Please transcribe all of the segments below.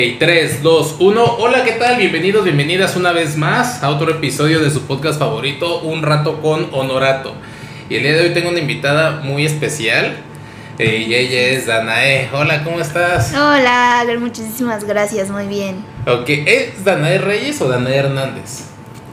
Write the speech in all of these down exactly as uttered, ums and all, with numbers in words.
tres, dos, uno. Hola, ¿qué tal? Bienvenidos, bienvenidas una vez más a otro episodio de su podcast favorito, Un Rato con Honorato. Y el día de hoy tengo una invitada muy especial eh, y ella es Danae. Hola, ¿cómo estás? Hola, muchísimas gracias, muy bien. Ok, ¿es Danae Reyes o Danae Hernández?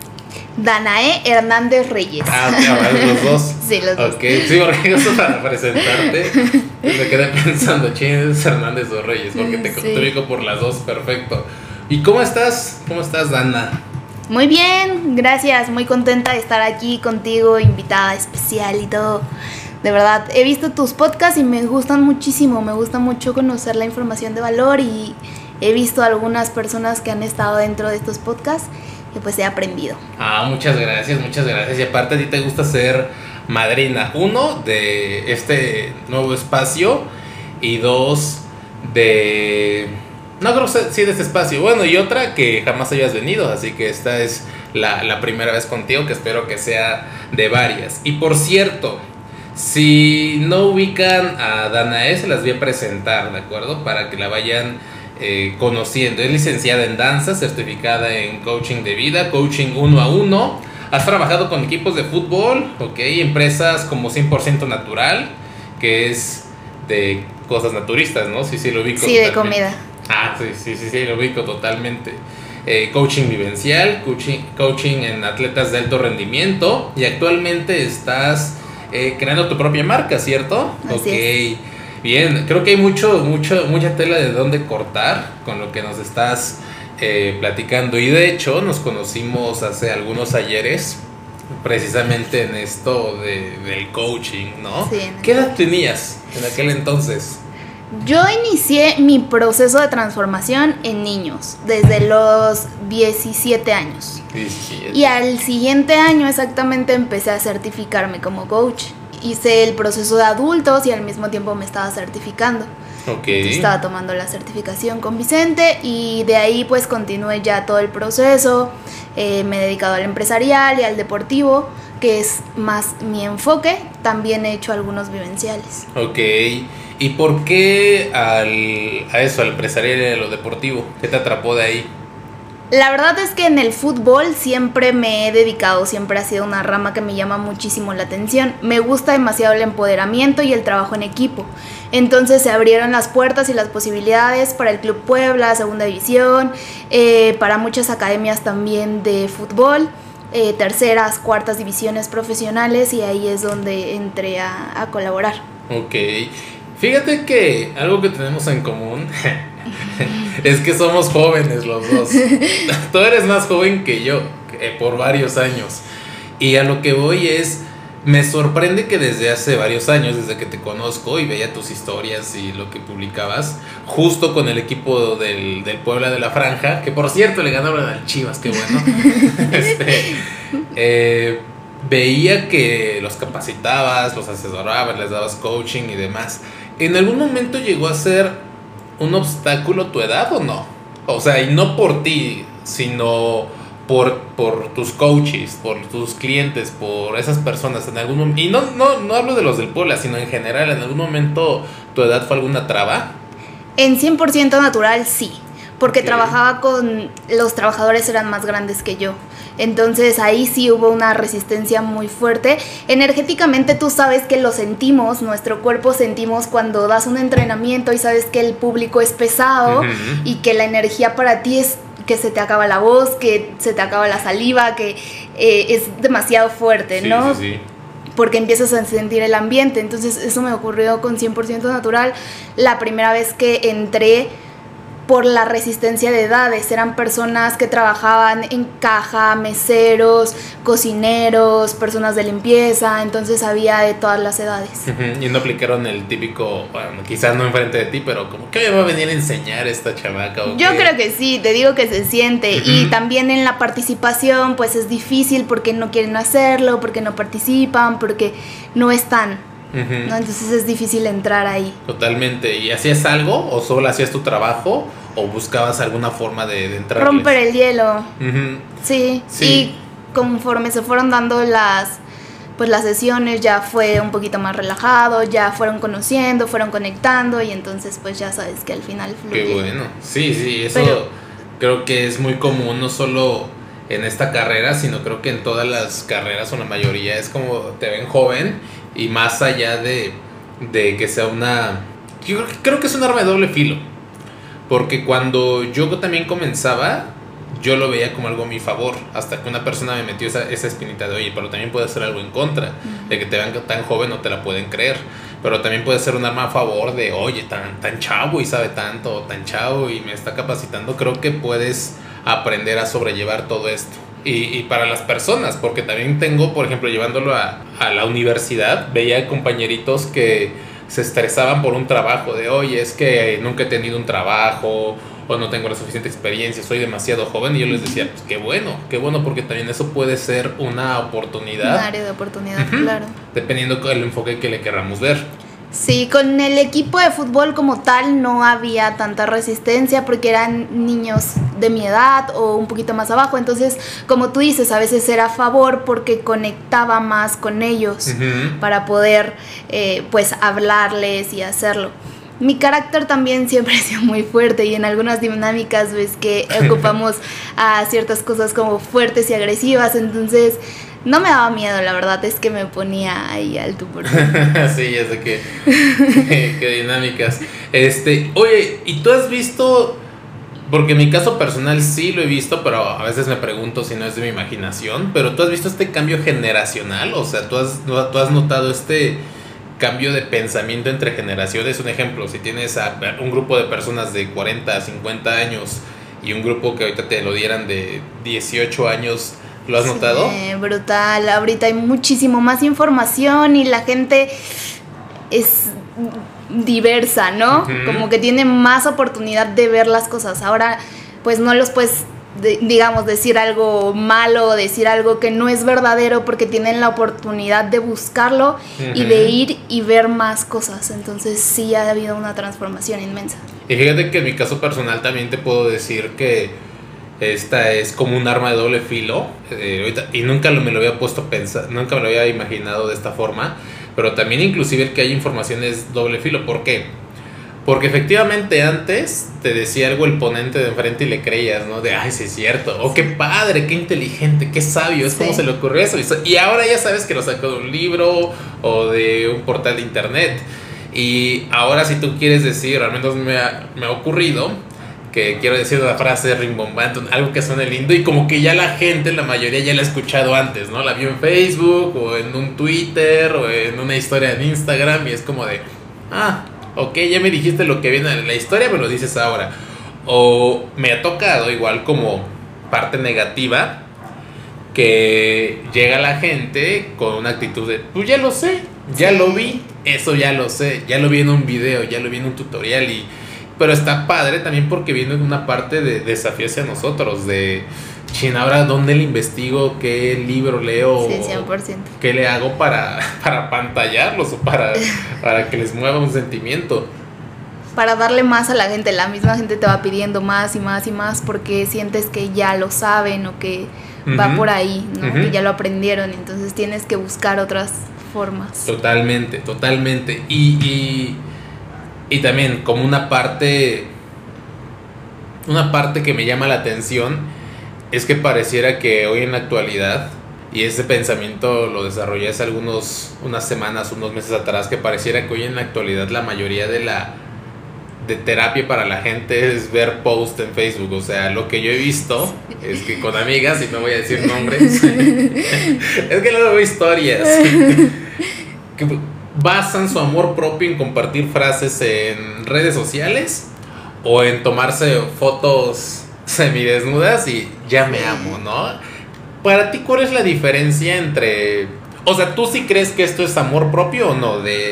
Danae Hernández Reyes. Ah, ok, ahora los dos. Sí, los dos. Ok, sí, porque eso para presentarte me quedé pensando, ¿quién es Hernández o Reyes? Porque te, Sí. te ubico por las dos, perfecto. ¿Y cómo estás? ¿Cómo estás, Dana? Muy bien, gracias, muy contenta de estar aquí contigo, invitada especial y todo. De verdad, he visto tus podcasts y me gustan muchísimo, me gusta mucho conocer la información de valor y he visto algunas personas que han estado dentro de estos podcasts y pues he aprendido. Ah, muchas gracias, muchas gracias. Y aparte a ti te gusta ser madrina, uno, de este nuevo espacio y dos, de... No creo que sí de este espacio, bueno, y otra que jamás hayas venido, así que esta es la, la primera vez contigo, que espero que sea de varias. Y por cierto, si no ubican a Danae, se las voy a presentar, ¿de acuerdo? Para que la vayan eh, conociendo. Es licenciada en danza, certificada en coaching de vida, coaching uno a uno. Has trabajado con equipos de fútbol, ok, empresas como cien por ciento Natural, que es de cosas naturistas, ¿no? Sí, sí, lo ubico. Sí, de totalmente. comida. Ah, sí, sí, sí, sí, lo ubico totalmente. Eh, coaching vivencial, coaching, coaching en atletas de alto rendimiento, y actualmente estás eh, creando tu propia marca, ¿cierto? Así Ok, es. bien, creo que hay mucho, mucho, mucha tela de dónde cortar con lo que nos estás eh, platicando, y de hecho nos conocimos hace algunos ayeres precisamente en esto de, del coaching, ¿no? Sí. ¿Qué edad tenías en aquel entonces? Yo inicié mi proceso de transformación en niños, desde los diecisiete años. diecisiete. Y al siguiente año exactamente empecé a certificarme como coach. Hice el proceso de adultos y al mismo tiempo me estaba certificando. Ok. Entonces estaba tomando la certificación con Vicente y de ahí pues continué ya todo el proceso. Eh, me he dedicado al empresarial y al deportivo, que es más mi enfoque. También he hecho algunos vivenciales. Ok. ¿Y por qué al, a eso, al empresarial y a lo deportivo? ¿Qué te atrapó de ahí? La verdad es que en el fútbol siempre me he dedicado, siempre ha sido una rama que me llama muchísimo la atención. Me gusta demasiado el empoderamiento y el trabajo en equipo. Entonces se abrieron las puertas y las posibilidades para el Club Puebla, Segunda División, eh, para muchas academias también de fútbol, eh, terceras, cuartas divisiones profesionales, y ahí es donde entré a, a colaborar. Ok. Fíjate que algo que tenemos en común es que somos jóvenes los dos. Tú eres más joven que yo, eh, por varios años. Y a lo que voy es, me sorprende que desde hace varios años, desde que te conozco y veía tus historias y lo que publicabas, justo con el equipo del, del Puebla de la Franja, que por cierto le ganaron al Chivas, qué bueno. este, eh, veía que los capacitabas, los asesorabas, les dabas coaching y demás. ¿En algún momento llegó a ser un obstáculo tu edad o no? O sea, y no por ti, sino por, por tus coaches, por tus clientes, por esas personas. En algún momento, y no, no, no hablo de los del Puebla, sino en general, ¿en algún momento tu edad fue alguna traba? En cien por ciento natural, sí, porque Ok. trabajaba con... Los trabajadores eran más grandes que yo. Entonces ahí sí hubo una resistencia muy fuerte. Energéticamente tú sabes que lo sentimos, nuestro cuerpo sentimos cuando das un entrenamiento y sabes que el público es pesado. Uh-huh. Y que la energía para ti es que se te acaba la voz, que se te acaba la saliva, que eh, es demasiado fuerte, Sí, ¿no? sí, sí. Porque empiezas a sentir el ambiente. Entonces eso me ocurrió con cien por ciento natural la primera vez que entré, por la resistencia de edades. Eran personas que trabajaban en caja, meseros, cocineros, personas de limpieza, entonces había de todas las edades. Uh-huh. Y no aplicaron el típico, bueno, quizás no enfrente de ti, pero como que me va a venir a enseñar esta chamaca. ¿O Yo qué? creo que sí, te digo que se siente. Uh-huh. Y también en la participación pues es difícil porque no quieren hacerlo, porque no participan, porque no están, Uh-huh. ¿no? Entonces es difícil entrar ahí. Totalmente. ¿Y hacías algo o solo hacías tu trabajo o buscabas alguna forma de, de entrar? Romper el hielo. Uh-huh. Sí, Sí. y conforme se fueron dando las pues las sesiones ya fue un poquito más relajado, ya fueron conociendo, fueron conectando y entonces pues ya sabes que al final fluye. Qué bueno, sí, sí, eso Pero, creo que es muy común, no solo en esta carrera, sino creo que en todas las carreras o la mayoría es como te ven joven y más allá de, de que sea una... Yo creo que, creo que es un arma de doble filo, porque cuando yo también comenzaba, yo lo veía como algo a mi favor, hasta que una persona me metió esa, esa espinita de, oye, pero también puede ser algo en contra, uh-huh. de que te vean tan joven no te la pueden creer, pero también puede ser un arma a favor de, oye, tan, tan chavo y sabe tanto, tan chavo y me está capacitando. Creo que puedes aprender a sobrellevar todo esto. Y, y para las personas, porque también tengo, por ejemplo, llevándolo a, a la universidad, veía compañeritos que se estresaban por un trabajo, de, oye, es que nunca he tenido un trabajo, o no tengo la suficiente experiencia, soy demasiado joven, y yo les decía, pues qué bueno, qué bueno, porque también eso puede ser una oportunidad. Un área de oportunidad, uh-huh. claro. Dependiendo del enfoque que le queramos ver. Sí, con el equipo de fútbol como tal no había tanta resistencia porque eran niños de mi edad o un poquito más abajo, entonces como tú dices, a veces era a favor porque conectaba más con ellos uh-huh. para poder eh, pues hablarles y hacerlo. Mi carácter también siempre ha sido muy fuerte y en algunas dinámicas ves que ocupamos a ciertas cosas como fuertes y agresivas, entonces no me daba miedo, la verdad es que me ponía ahí al tú por tú. Sí, ya sé que, que, que dinámicas. Este, oye, ¿y tú has visto? Porque en mi caso personal sí lo he visto, pero a veces me pregunto si no es de mi imaginación, pero ¿tú has visto este cambio generacional? O sea, ¿tú has, tú has notado este cambio de pensamiento entre generaciones? Un ejemplo, si tienes a un grupo de personas de cuarenta, cincuenta años y un grupo que ahorita te lo dieran de dieciocho años, ¿lo has sí, notado? Brutal, ahorita hay muchísimo más información y la gente es diversa, ¿no? Uh-huh. Como que tiene más oportunidad de ver las cosas. Ahora, pues no los puedes, de, digamos, decir algo malo, decir algo que no es verdadero porque tienen la oportunidad de buscarlo uh-huh. y de ir y ver más cosas. Entonces sí ha habido una transformación inmensa. Y fíjate que en mi caso personal también te puedo decir que esta es como un arma de doble filo, eh, ahorita, y nunca lo, me lo había puesto a pensar, nunca me lo había imaginado de esta forma, pero también inclusive el que hay información es doble filo. ¿Por qué? Porque efectivamente antes te decía algo el ponente de enfrente y le creías, ¿no? De, ay, sí es cierto, o qué padre, qué inteligente, qué sabio, es sí. como se le ocurrió eso, y ahora ya sabes que lo sacó de un libro o de un portal de internet, y ahora si tú quieres decir, al menos me ha, me ha ocurrido, que quiero decir una frase rimbombante, algo que suene lindo y como que ya la gente, la mayoría ya la ha escuchado antes, ¿no? La vio en Facebook o en un Twitter o en una historia en Instagram y es como de, ah, ok, ya me dijiste lo que viene en la historia, me lo dices ahora. O me ha tocado igual como parte negativa que llega la gente con una actitud de, pues ya lo sé, ya lo vi, eso ya lo sé, ya lo vi en un video, ya lo vi en un tutorial y... Pero está padre también porque viene una parte de desafío hacia nosotros, de, chin, ahora dónde le investigo, qué libro leo, sí, cien por ciento. Qué le hago para, para pantallarlos o para, para que les mueva un sentimiento. Para darle más a la gente, la misma gente te va pidiendo más y más y más porque sientes que ya lo saben o que uh-huh. va por ahí, ¿no? Uh-huh. Que ya lo aprendieron, entonces tienes que buscar otras formas. Totalmente, totalmente. Y... y Y también como una parte, una parte que me llama la atención es que pareciera que hoy en la actualidad, y ese pensamiento lo desarrollé hace algunos, unas semanas, unos meses atrás, que pareciera que hoy en la actualidad la mayoría de la de terapia para la gente es ver posts en Facebook. O sea, lo que yo he visto es que con amigas, y no voy a decir nombres, es que luego veo historias que basan su amor propio en compartir frases en redes sociales o en tomarse fotos semidesnudas y ya me amo, ¿no? Para ti, ¿cuál es la diferencia entre... O sea, ¿tú sí crees que esto es amor propio o no? De,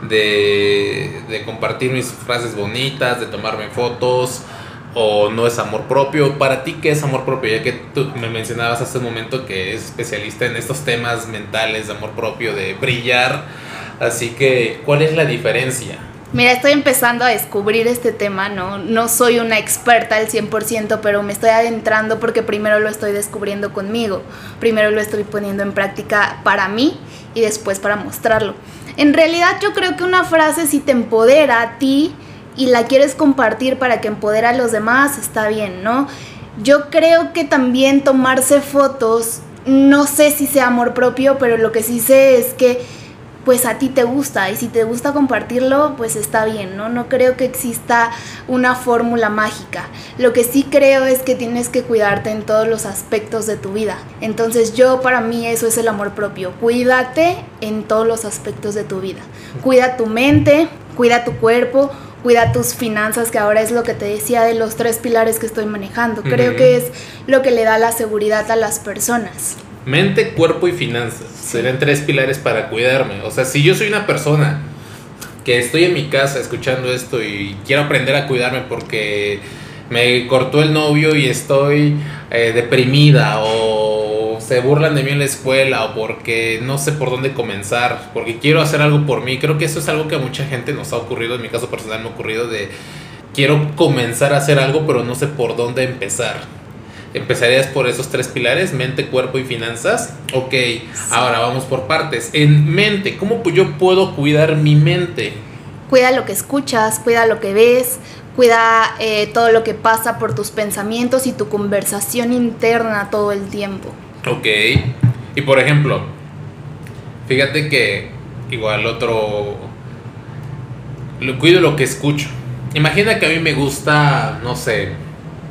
de, de compartir mis frases bonitas, de tomarme fotos, o no es amor propio. Para ti, ¿qué es amor propio? Ya que tú me mencionabas hace un momento que es especialista en estos temas mentales de amor propio, de brillar. Así que, ¿cuál es la diferencia? Mira, estoy empezando a descubrir este tema, ¿no? No soy una experta al cien por ciento, pero me estoy adentrando porque primero lo estoy descubriendo conmigo. Primero lo estoy poniendo en práctica para mí y después para mostrarlo. En realidad yo creo que una frase, si te empodera a ti y la quieres compartir para que empodere a los demás, está bien, ¿no? Yo creo que también tomarse fotos, no sé si sea amor propio, pero lo que sí sé es que pues a ti te gusta, y si te gusta compartirlo, pues está bien, ¿no? No creo que exista una fórmula mágica. Lo que sí creo es que tienes que cuidarte en todos los aspectos de tu vida. Entonces yo, para mí, eso es el amor propio. Cuídate en todos los aspectos de tu vida. Cuida tu mente, cuida tu cuerpo, cuida tus finanzas, que ahora es lo que te decía de los tres pilares que estoy manejando. Creo uh-huh. que es lo que le da la seguridad a las personas. Mente, cuerpo y finanzas. Sí. Serían tres pilares para cuidarme. O sea, si yo soy una persona que estoy en mi casa escuchando esto y quiero aprender a cuidarme porque me cortó el novio y estoy eh, deprimida, o se burlan de mí en la escuela, o porque no sé por dónde comenzar, porque quiero hacer algo por mí. Creo que eso es algo que a mucha gente nos ha ocurrido. En mi caso personal me ha ocurrido de quiero comenzar a hacer algo, pero no sé por dónde empezar. ¿Empezarías por esos tres pilares? Mente, cuerpo y finanzas. Ok, sí. Ahora vamos por partes. En mente, ¿cómo yo puedo cuidar mi mente? Cuida lo que escuchas, cuida lo que ves, cuida eh, todo lo que pasa por tus pensamientos y tu conversación interna todo el tiempo. Ok, y por ejemplo, fíjate que igual otro... Lo, cuido lo que escucho. Imagina que a mí me gusta, no sé,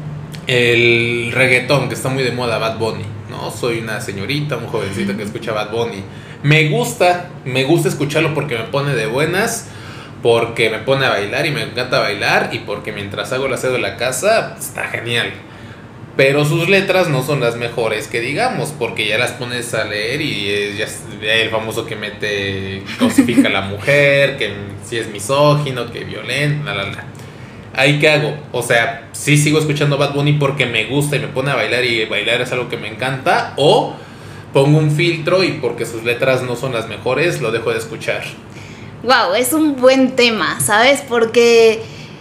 el reggaetón, que está muy de moda, Bad Bunny, ¿no? Soy una señorita, un jovencito que escucha Bad Bunny. Me gusta, me gusta escucharlo porque me pone de buenas, porque me pone a bailar y me encanta bailar, y porque mientras hago el aseo de la casa, está genial. Pero sus letras no son las mejores que digamos, porque ya las pones a leer y es ya el famoso que mete, cosifica a la mujer, que si es misógino, que violento, la la la. ¿Ahí qué hago? O sea, sí sigo escuchando Bad Bunny porque me gusta y me pone a bailar, y bailar es algo que me encanta, o pongo un filtro y porque sus letras no son las mejores, lo dejo de escuchar. Wow, es un buen tema, ¿sabes? Porque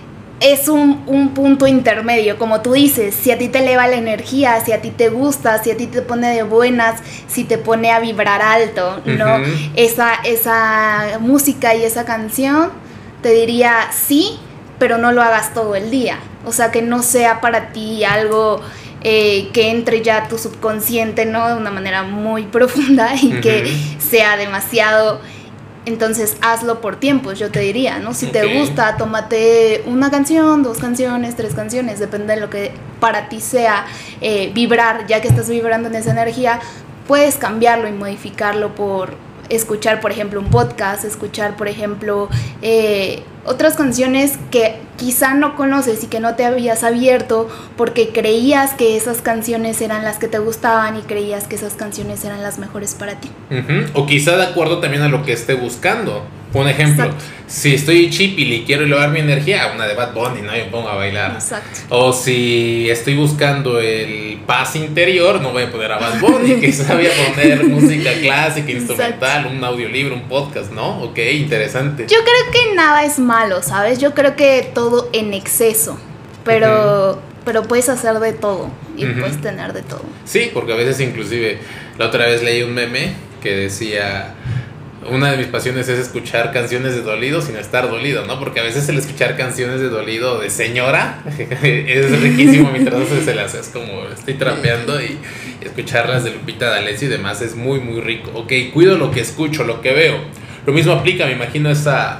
es un, un punto intermedio, como tú dices. Si a ti te eleva la energía, si a ti te gusta, si a ti te pone de buenas, si te pone a vibrar alto, ¿no? Uh-huh. Esa, esa música y esa canción, te diría sí, pero no lo hagas todo el día. O sea, que no sea para ti algo eh, que entre ya a tu subconsciente, ¿no? De una manera muy profunda y uh-huh. que sea demasiado. Entonces hazlo por tiempos, yo te diría, ¿no? Si okay. te gusta, tómate una canción, dos canciones, tres canciones, depende de lo que para ti sea eh, vibrar. Ya que estás vibrando en esa energía, puedes cambiarlo y modificarlo por escuchar, por ejemplo, un podcast, escuchar, por ejemplo, eh, otras canciones que quizá no conoces y que no te habías abierto porque creías que esas canciones eran las que te gustaban y creías que esas canciones eran las mejores para ti. Uh-huh. O quizá de acuerdo también a lo que esté buscando. Un ejemplo, exacto. Si estoy chipil y quiero elevar mi energía, una de Bad Bunny, ¿no? Yo me pongo a bailar. Exacto. O si estoy buscando el paz interior, no voy a poner a Bad Bunny, quizá voy a poner música clásica, instrumental, exacto. Un audiolibro, un podcast, ¿no? Ok, interesante. Yo creo que nada es malo, ¿sabes? Yo creo que todo en exceso, pero, uh-huh. pero puedes hacer de todo y uh-huh. puedes tener de todo. Sí, porque a veces inclusive, la otra vez leí un meme que decía... Una de mis pasiones es escuchar canciones de dolido sin estar dolido, ¿no? Porque a veces el escuchar canciones de dolido de señora es riquísimo mientras se las haces, como estoy trapeando, y escucharlas de Lupita D'Alessio y demás es muy muy rico. Ok, cuido lo que escucho, lo que veo. Lo mismo aplica, me imagino, esa,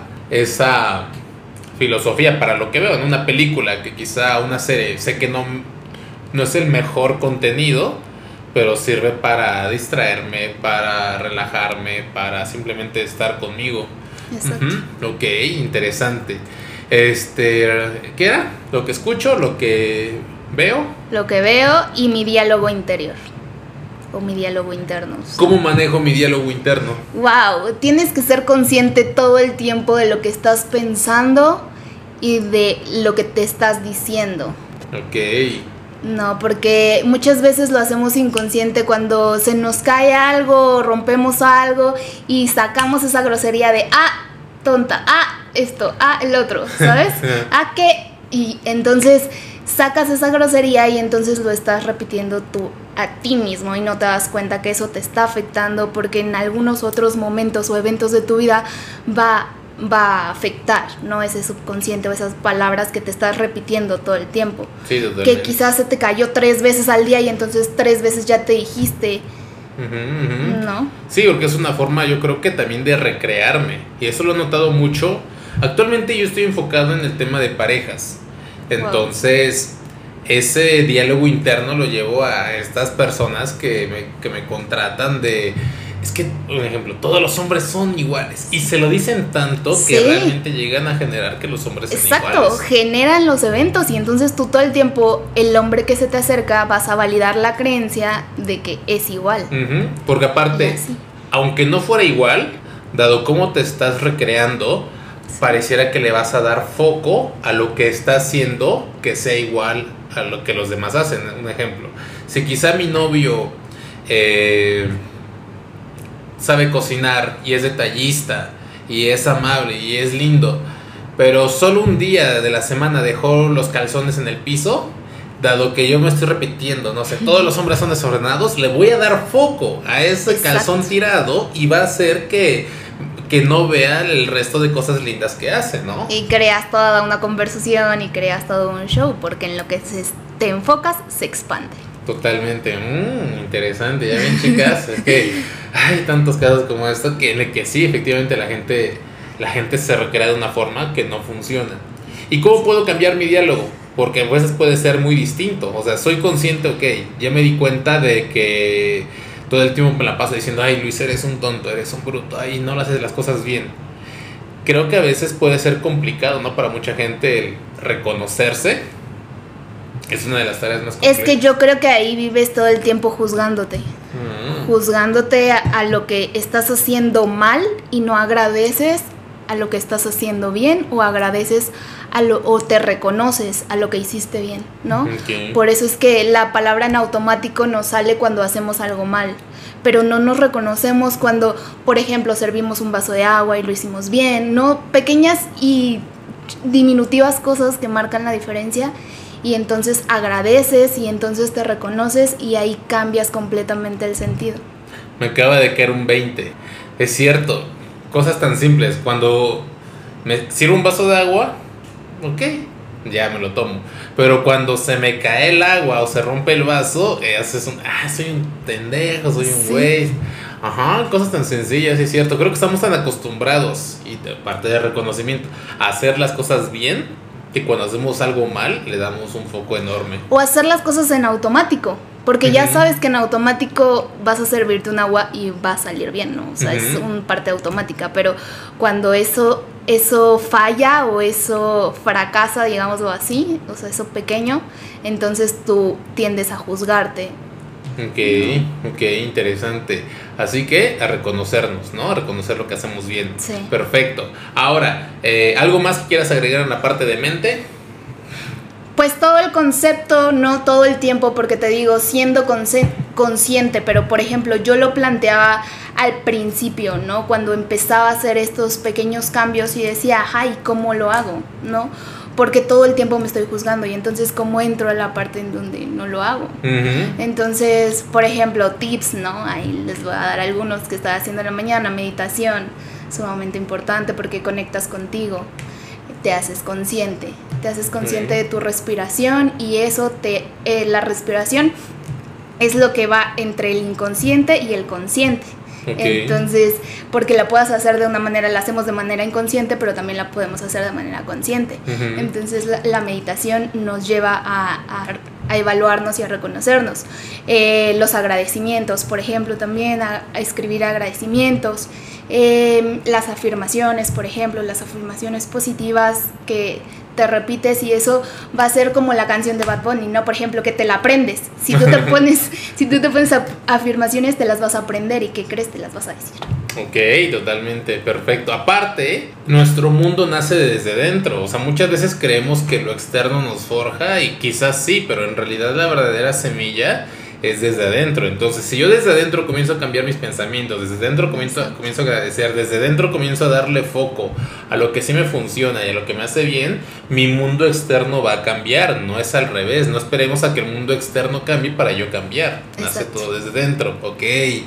esa filosofía para lo que veo en una película, que quizá una serie, sé que no, no es el mejor contenido, pero sirve para distraerme, para relajarme, para simplemente estar conmigo. Exacto. Uh-huh. Ok, interesante. Este, ¿qué era? Lo que escucho, lo que veo. Lo que veo y mi diálogo interior. O mi diálogo interno. ¿Cómo manejo mi diálogo interno? Wow, tienes que ser consciente todo el tiempo de lo que estás pensando y de lo que te estás diciendo. Ok. No, porque muchas veces lo hacemos inconsciente cuando se nos cae algo, rompemos algo y sacamos esa grosería de ah, tonta, ah, esto, ah, el otro, ¿sabes? Ah, que, y entonces sacas esa grosería y entonces lo estás repitiendo tú a ti mismo y no te das cuenta que eso te está afectando porque en algunos otros momentos o eventos de tu vida va, va a afectar, ¿no? Ese subconsciente o esas palabras que te estás repitiendo todo el tiempo. Sí, totalmente. Que quizás se te cayó tres veces al día y entonces tres veces ya te dijiste, uh-huh, uh-huh. ¿no? Sí, porque es una forma, yo creo que también de recrearme. Y eso lo he notado mucho. Actualmente yo estoy enfocado en el tema de parejas. Entonces, wow. ese diálogo interno lo llevo a estas personas que me, que me contratan de... Es que, por ejemplo, todos los hombres son iguales. Y se lo dicen tanto sí. que realmente llegan a generar que los hombres sean iguales. Exacto, generan los eventos y entonces tú todo el tiempo, el hombre que se te acerca, vas a validar la creencia de que es igual. Uh-huh. Porque aparte, aunque no fuera igual, dado cómo te estás recreando, sí. pareciera que le vas a dar foco a lo que está haciendo que sea igual a lo que los demás hacen. Un ejemplo, si quizá mi novio... Eh, sabe cocinar y es detallista y es amable y es lindo, pero solo un día de la semana dejó los calzones en el piso, dado que yo me estoy repitiendo, no sé, todos los hombres son desordenados, le voy a dar foco a ese Exacto. calzón tirado y va a hacer que, que no vea el resto de cosas lindas que hace, ¿no? Y creas toda una conversación y creas todo un show, porque en lo que se, te enfocas se expande. Totalmente, mmm, interesante, ya ven chicas, es que hay tantos casos como esto que en el que sí, efectivamente la gente, la gente se recrea de una forma que no funciona. ¿Y cómo puedo cambiar mi diálogo? Porque a veces puede ser muy distinto, o sea, soy consciente, ok, ya me di cuenta de que todo el tiempo me la paso diciendo, ay Luis, eres un tonto, eres un bruto, ay, no haces las cosas bien. Creo que a veces puede ser complicado, ¿no? Para mucha gente el reconocerse. Es una de las tareas más complejas. Es que yo creo que ahí vives todo el tiempo juzgándote. Mm. Juzgándote a, a lo que estás haciendo mal y no agradeces a lo que estás haciendo bien o agradeces a lo, o te reconoces a lo que hiciste bien, ¿no? Okay. Por eso es que la palabra en automático nos sale cuando hacemos algo mal, pero no nos reconocemos cuando, por ejemplo, servimos un vaso de agua y lo hicimos bien, ¿no? Pequeñas y diminutivas cosas que marcan la diferencia. Y entonces agradeces y entonces te reconoces y ahí cambias completamente el sentido. Me acaba de caer un veinte. Es cierto, cosas tan simples. Cuando me sirvo un vaso de agua, ok, ya me lo tomo. Pero cuando se me cae el agua o se rompe el vaso, eh, haces un, ah, soy un pendejo, soy un güey. Sí. Ajá, cosas tan sencillas, es cierto. Creo que estamos tan acostumbrados, y de parte de reconocimiento, a hacer las cosas bien, que cuando hacemos algo mal le damos un foco enorme. O hacer las cosas en automático, porque uh-huh. ya sabes que en automático vas a servirte un agua y va a salir bien, ¿no? O sea, uh-huh. es una parte automática, pero cuando eso, eso falla o eso fracasa, digámoslo así, o sea, eso pequeño, entonces tú tiendes a juzgarte. Ok, ok, interesante. Así que a reconocernos, ¿no? A reconocer lo que hacemos bien. Sí. Perfecto. Ahora, eh, ¿algo más que quieras agregar en la parte de mente? Pues todo el concepto, no todo el tiempo, porque te digo, siendo consci- consciente, pero por ejemplo, yo lo planteaba al principio, ¿no? Cuando empezaba a hacer estos pequeños cambios y decía, ay, ¿cómo lo hago? ¿No? Porque todo el tiempo me estoy juzgando y entonces cómo entro a la parte en donde no lo hago. Uh-huh. Entonces, por ejemplo, tips, ¿no? Ahí les voy a dar algunos que estaba haciendo en la mañana. Meditación, sumamente importante porque conectas contigo, te haces consciente, te haces consciente uh-huh. de tu respiración y eso te, eh, la respiración es lo que va entre el inconsciente y el consciente. Okay. Entonces, porque la puedas hacer de una manera, la hacemos de manera inconsciente, pero también la podemos hacer de manera consciente. Uh-huh. Entonces, la, la meditación nos lleva a, a, a evaluarnos y a reconocernos. Eh, los agradecimientos, por ejemplo, también a, a escribir agradecimientos. Eh, las afirmaciones, por ejemplo, las afirmaciones positivas que te repites y eso va a ser como la canción de Bad Bunny, ¿no? Por ejemplo, que te la aprendes. Si tú te pones, si tú te pones afirmaciones, te las vas a aprender y ¿qué crees? Te las vas a decir. Ok, totalmente, perfecto. Aparte, nuestro mundo nace desde dentro. O sea, muchas veces creemos que lo externo nos forja y quizás sí, pero en realidad la verdadera semilla es desde adentro. Entonces, si yo desde adentro comienzo a cambiar mis pensamientos, desde adentro comienzo, comienzo a agradecer, desde adentro comienzo a darle foco a lo que sí me funciona y a lo que me hace bien, mi mundo externo va a cambiar. No es al revés, no esperemos a que el mundo externo cambie para yo cambiar. Nace Exacto. todo desde dentro, ok.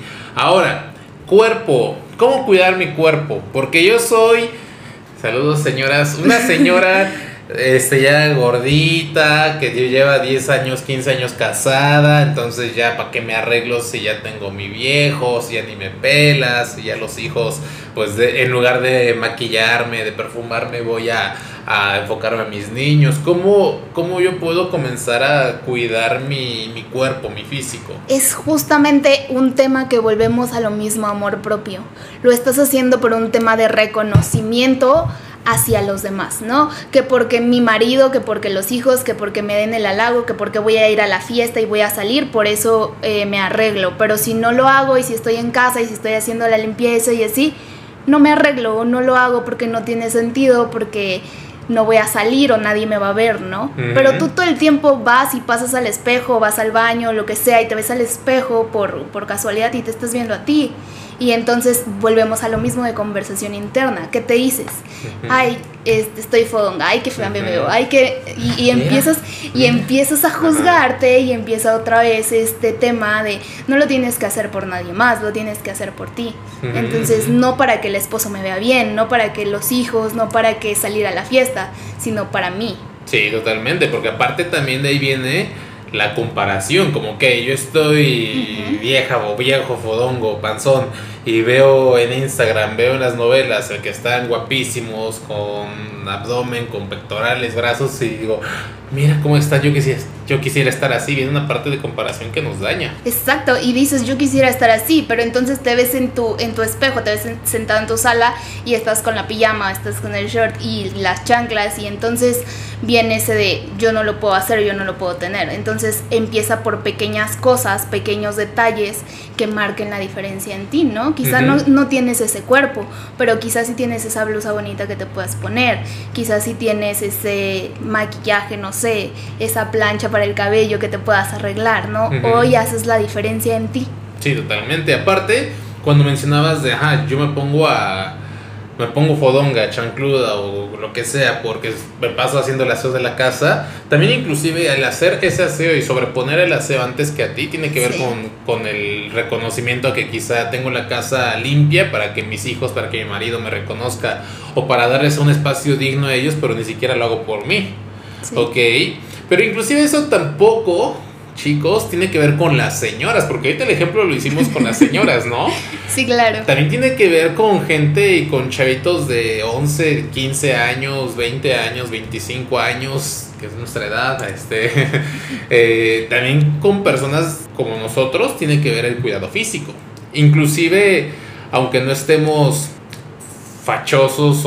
Ahora, cuerpo, ¿cómo cuidar mi cuerpo? Porque yo soy, saludos señoras, una señora este ya gordita, que lleva diez años, quince años casada, entonces ya para qué me arreglo si ya tengo mi viejo, si ya ni me pelas, si ya los hijos, pues de, en lugar de maquillarme, de perfumarme, voy a, a enfocarme a mis niños. ¿Cómo, cómo yo puedo comenzar a cuidar mi, mi cuerpo, mi físico? Es justamente un tema que volvemos a lo mismo, amor propio. Lo estás haciendo por un tema de reconocimiento hacia los demás, ¿no? Que porque mi marido, que porque los hijos, que porque me den el halago, que porque voy a ir a la fiesta y voy a salir, por eso eh, me arreglo. Pero si no lo hago y si estoy en casa y si estoy haciendo la limpieza y así, no me arreglo, no lo hago porque no tiene sentido, porque no voy a salir o nadie me va a ver, ¿no? Uh-huh. Pero tú todo el tiempo vas y pasas al espejo, vas al baño, lo que sea, y te ves al espejo por, por casualidad y te estás viendo a ti. Y entonces volvemos a lo mismo de conversación interna. ¿Qué te dices? Uh-huh. Ay, este, estoy fodonga, ay, qué fea me veo, ay, que... Y, y empiezas y empiezas a juzgarte y empieza otra vez este tema de no lo tienes que hacer por nadie más, lo tienes que hacer por ti. Uh-huh. Entonces, no para que el esposo me vea bien, no para que los hijos, no para que salir a la fiesta, sino para mí. Sí, totalmente, porque aparte también de ahí viene la comparación, como que yo estoy uh-huh. vieja o viejo, fodongo, panzón, y veo en Instagram, veo en las novelas el que están guapísimos, con abdomen, con pectorales, brazos, y digo, mira cómo están, yo quisiera, yo quisiera estar así. Viene una parte de comparación que nos daña. Exacto, y dices, yo quisiera estar así, pero entonces te ves en tu, en tu espejo, te ves sentado en tu sala y estás con la pijama, estás con el short y las chanclas, y entonces viene ese de yo no lo puedo hacer, yo no lo puedo tener. Entonces empieza por pequeñas cosas, pequeños detalles que marquen la diferencia en ti, ¿no? Quizá uh-huh. no, no tienes ese cuerpo, pero quizás sí tienes esa blusa bonita que te puedas poner, quizás sí tienes ese maquillaje, no sé, esa plancha para el cabello que te puedas arreglar, ¿no? Uh-huh. Hoy haces la diferencia en ti. Sí, totalmente. Aparte, cuando mencionabas de, ajá, yo me pongo a... me pongo fodonga, chancluda o lo que sea porque me paso haciendo el aseo de la casa, también inclusive al hacer ese aseo y sobreponer el aseo antes que a ti tiene que ver sí. con, con el reconocimiento a que quizá tengo la casa limpia para que mis hijos, para que mi marido me reconozca o para darles un espacio digno a ellos, pero ni siquiera lo hago por mí. Sí. Ok, pero inclusive eso tampoco, chicos, tiene que ver con las señoras, porque ahorita el ejemplo lo hicimos con las señoras, ¿no? Sí, claro. También tiene que ver con gente y con chavitos de once, quince años, veinte años, veinticinco años, que es nuestra edad, este, eh, también con personas como nosotros tiene que ver el cuidado físico. Inclusive, aunque no estemos fachosos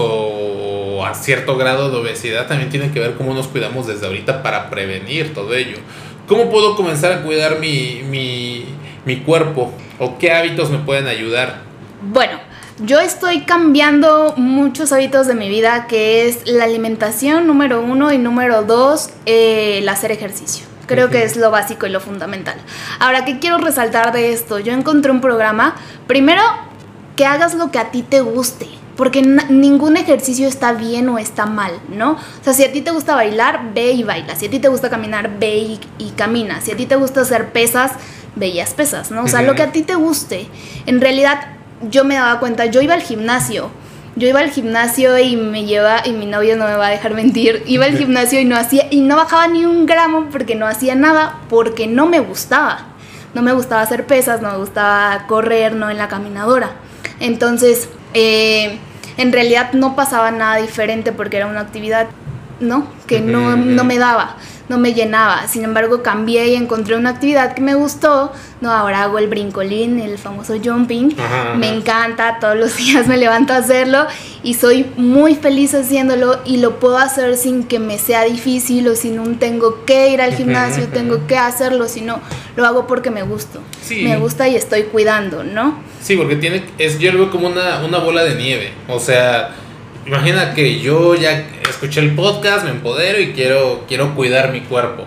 o a cierto grado de obesidad, también tiene que ver cómo nos cuidamos desde ahorita para prevenir todo ello. ¿Cómo puedo comenzar a cuidar mi, mi, mi cuerpo? ¿O qué hábitos me pueden ayudar? Bueno, yo estoy cambiando muchos hábitos de mi vida, que es la alimentación, número uno, y número dos, eh, el hacer ejercicio. Creo uh-huh. que es lo básico y lo fundamental. Ahora, ¿qué quiero resaltar de esto? Yo encontré un programa, primero, que hagas lo que a ti te guste. Porque n- ningún ejercicio está bien o está mal, ¿no? O sea, si a ti te gusta bailar, ve y baila. Si a ti te gusta caminar, ve y, y camina. Si a ti te gusta hacer pesas, ve y haz pesas, ¿no? O sea, uh-huh. lo que a ti te guste. En realidad, yo me daba cuenta, yo iba al gimnasio. Yo iba al gimnasio y me lleva, y mi novio no me va a dejar mentir, iba al gimnasio y no hacía, y no bajaba ni un gramo porque no hacía nada, porque no me gustaba. No me gustaba hacer pesas, no me gustaba correr, no en la caminadora. Entonces, eh... en realidad no pasaba nada diferente porque era una actividad, ¿no? Que no, no me daba, no me llenaba. Sin embargo, cambié y encontré una actividad que me gustó. No, ahora hago el brincolín, el famoso jumping. Ajá, ajá. Me encanta, todos los días me levanto a hacerlo y soy muy feliz haciéndolo y lo puedo hacer sin que me sea difícil o sin un tengo que ir al gimnasio, ajá, tengo que hacerlo, sino lo hago porque me gusta. Sí. Me gusta y estoy cuidando, ¿no? Sí, porque tiene, es, yo lo veo como una, una bola de nieve. O sea, imagina que yo ya escuché el podcast, me empodero y quiero, quiero cuidar mi cuerpo.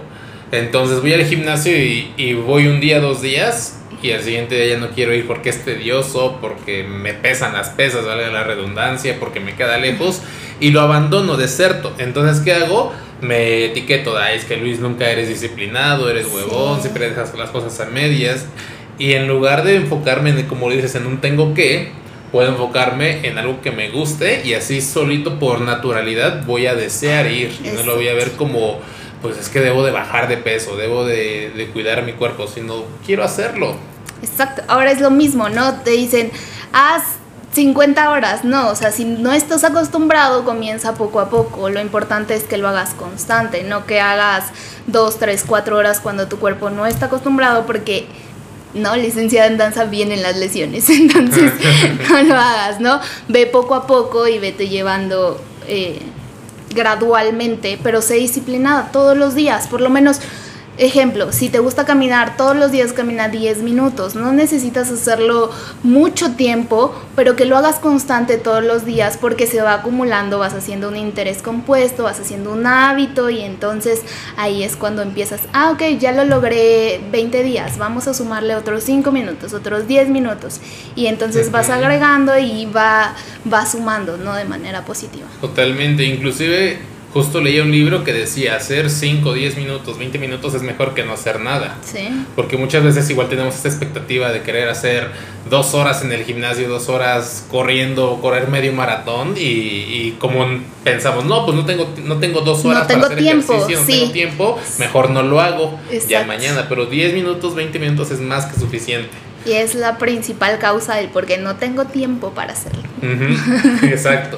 Entonces voy al gimnasio y, y voy un día, dos días, y al siguiente día ya no quiero ir porque es tedioso, porque me pesan las pesas, valga la redundancia, porque me queda lejos, y lo abandono, deserto. Entonces, ¿qué hago? Me etiqueto, ah, es que Luis, nunca eres disciplinado, eres huevón, sí. siempre dejas las cosas a medias. Y en lugar de enfocarme en, como dices, en un tengo que, puedo enfocarme en algo que me guste, y así solito por naturalidad voy a desear ir. Y no lo voy a ver como, pues es que debo de bajar de peso, debo de, de cuidar mi cuerpo, sino quiero hacerlo. Exacto, ahora es lo mismo, ¿no? Te dicen, haz cincuenta horas, no, o sea, si no estás acostumbrado, comienza poco a poco. Lo importante es que lo hagas constante, no que hagas dos, tres, cuatro horas cuando tu cuerpo no está acostumbrado, porque, no, licenciada en danza, vienen las lesiones, entonces no lo hagas, ¿no? Ve poco a poco y vete llevando eh, gradualmente, pero sé disciplinada todos los días, por lo menos. Ejemplo, si te gusta caminar, todos los días camina diez minutos. No necesitas hacerlo mucho tiempo, pero que lo hagas constante todos los días, porque se va acumulando, vas haciendo un interés compuesto, vas haciendo un hábito, y entonces ahí es cuando empiezas, ah, ok, ya lo logré veinte días, vamos a sumarle otros cinco minutos, otros diez minutos, y entonces uh-huh. vas agregando y va, va sumando, ¿no? De manera positiva. Totalmente, inclusive... Justo leía un libro que decía, hacer cinco, diez minutos, veinte minutos es mejor que no hacer nada. Sí. Porque muchas veces igual tenemos esta expectativa de querer hacer dos horas en el gimnasio, dos horas corriendo, correr medio maratón, y, y como pensamos, no, pues no tengo, no tengo dos horas no tengo para hacer tiempo, ejercicio, no sí. tengo tiempo, mejor no lo hago. Exacto. Ya mañana, pero diez minutos, veinte minutos es más que suficiente. Y es la principal causa del por qué no tengo tiempo para hacerlo. Uh-huh. Exacto.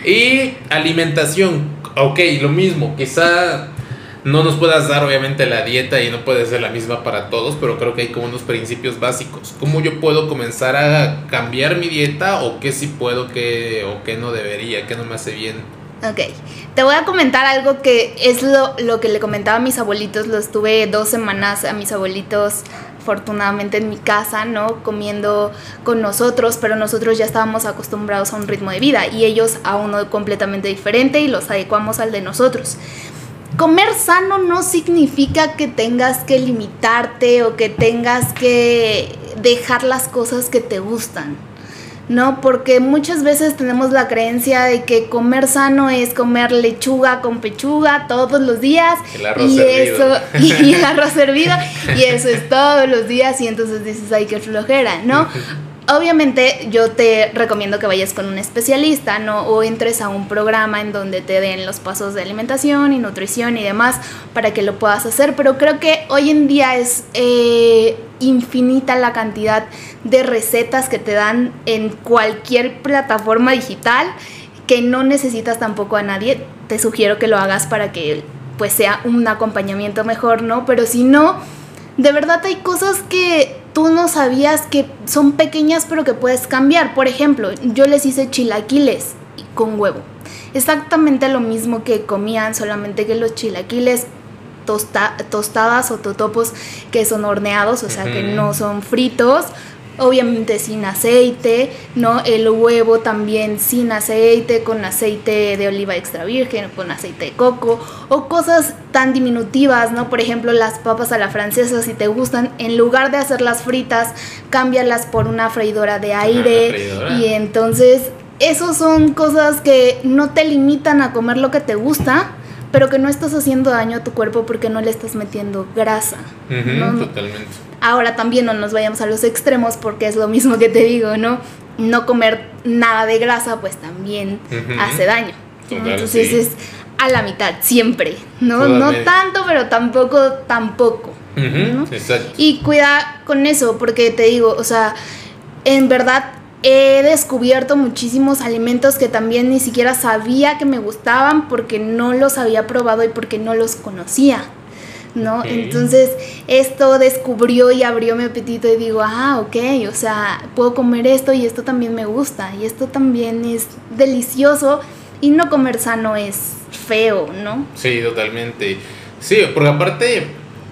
Y alimentación. Ok, lo mismo, quizá no nos puedas dar obviamente la dieta y no puede ser la misma para todos, pero creo que hay como unos principios básicos. ¿Cómo yo puedo comenzar a cambiar mi dieta, o qué sí puedo, qué, o qué no debería, qué no me hace bien? Ok, te voy a comentar algo que es lo, lo que le comentaba a mis abuelitos. Lo estuve dos semanas a mis abuelitos, afortunadamente en mi casa, ¿no? Comiendo con nosotros, pero nosotros ya estábamos acostumbrados a un ritmo de vida y ellos a uno completamente diferente, y los adecuamos al de nosotros. Comer sano no significa que tengas que limitarte o que tengas que dejar las cosas que te gustan, ¿no? Porque muchas veces tenemos la creencia de que comer sano es comer lechuga con pechuga todos los días, el arroz y servido. eso y el arroz servido y eso es todos los días, y entonces dices, ay, qué flojera, ¿no? Obviamente yo te recomiendo que vayas con un especialista, ¿no? O entres a un programa en donde te den los pasos de alimentación y nutrición y demás para que lo puedas hacer, pero creo que hoy en día es eh, infinita la cantidad de recetas que te dan en cualquier plataforma digital, que no necesitas tampoco a nadie. Te sugiero que lo hagas para que pues sea un acompañamiento mejor, ¿no? Pero si no, de verdad hay cosas que tú no sabías que son pequeñas pero que puedes cambiar. Por ejemplo, yo les hice chilaquiles con huevo, exactamente lo mismo que comían, solamente que los chilaquiles tosta- tostadas o totopos que son horneados, o sea, uh-huh. que no son fritos, obviamente sin aceite, ¿no? El huevo también sin aceite, con aceite de oliva extra virgen, con aceite de coco, o cosas tan diminutivas, ¿no? Por ejemplo, las papas a la francesa, si te gustan, en lugar de hacerlas fritas, cámbialas por una freidora de aire. Ah, freidora. Y entonces, esos son cosas que no te limitan a comer lo que te gusta, pero que no estás haciendo daño a tu cuerpo porque no le estás metiendo grasa. Uh-huh, ¿no? Totalmente. Ahora también no nos vayamos a los extremos, porque es lo mismo que te digo, ¿no? No comer nada de grasa pues también uh-huh. hace daño. Total, entonces sí. es a la mitad siempre, ¿no? No tanto, pero tampoco tampoco. Uh-huh, ¿no? Exacto. Y cuida con eso, porque te digo, o sea, en verdad he descubierto muchísimos alimentos que también ni siquiera sabía que me gustaban, porque no los había probado y porque no los conocía, ¿no? Okay. Entonces esto descubrió y abrió mi apetito, y digo, ah, ok, o sea, puedo comer esto y esto también me gusta y esto también es delicioso, y no comer sano es feo, ¿no? Sí, totalmente. Sí, porque aparte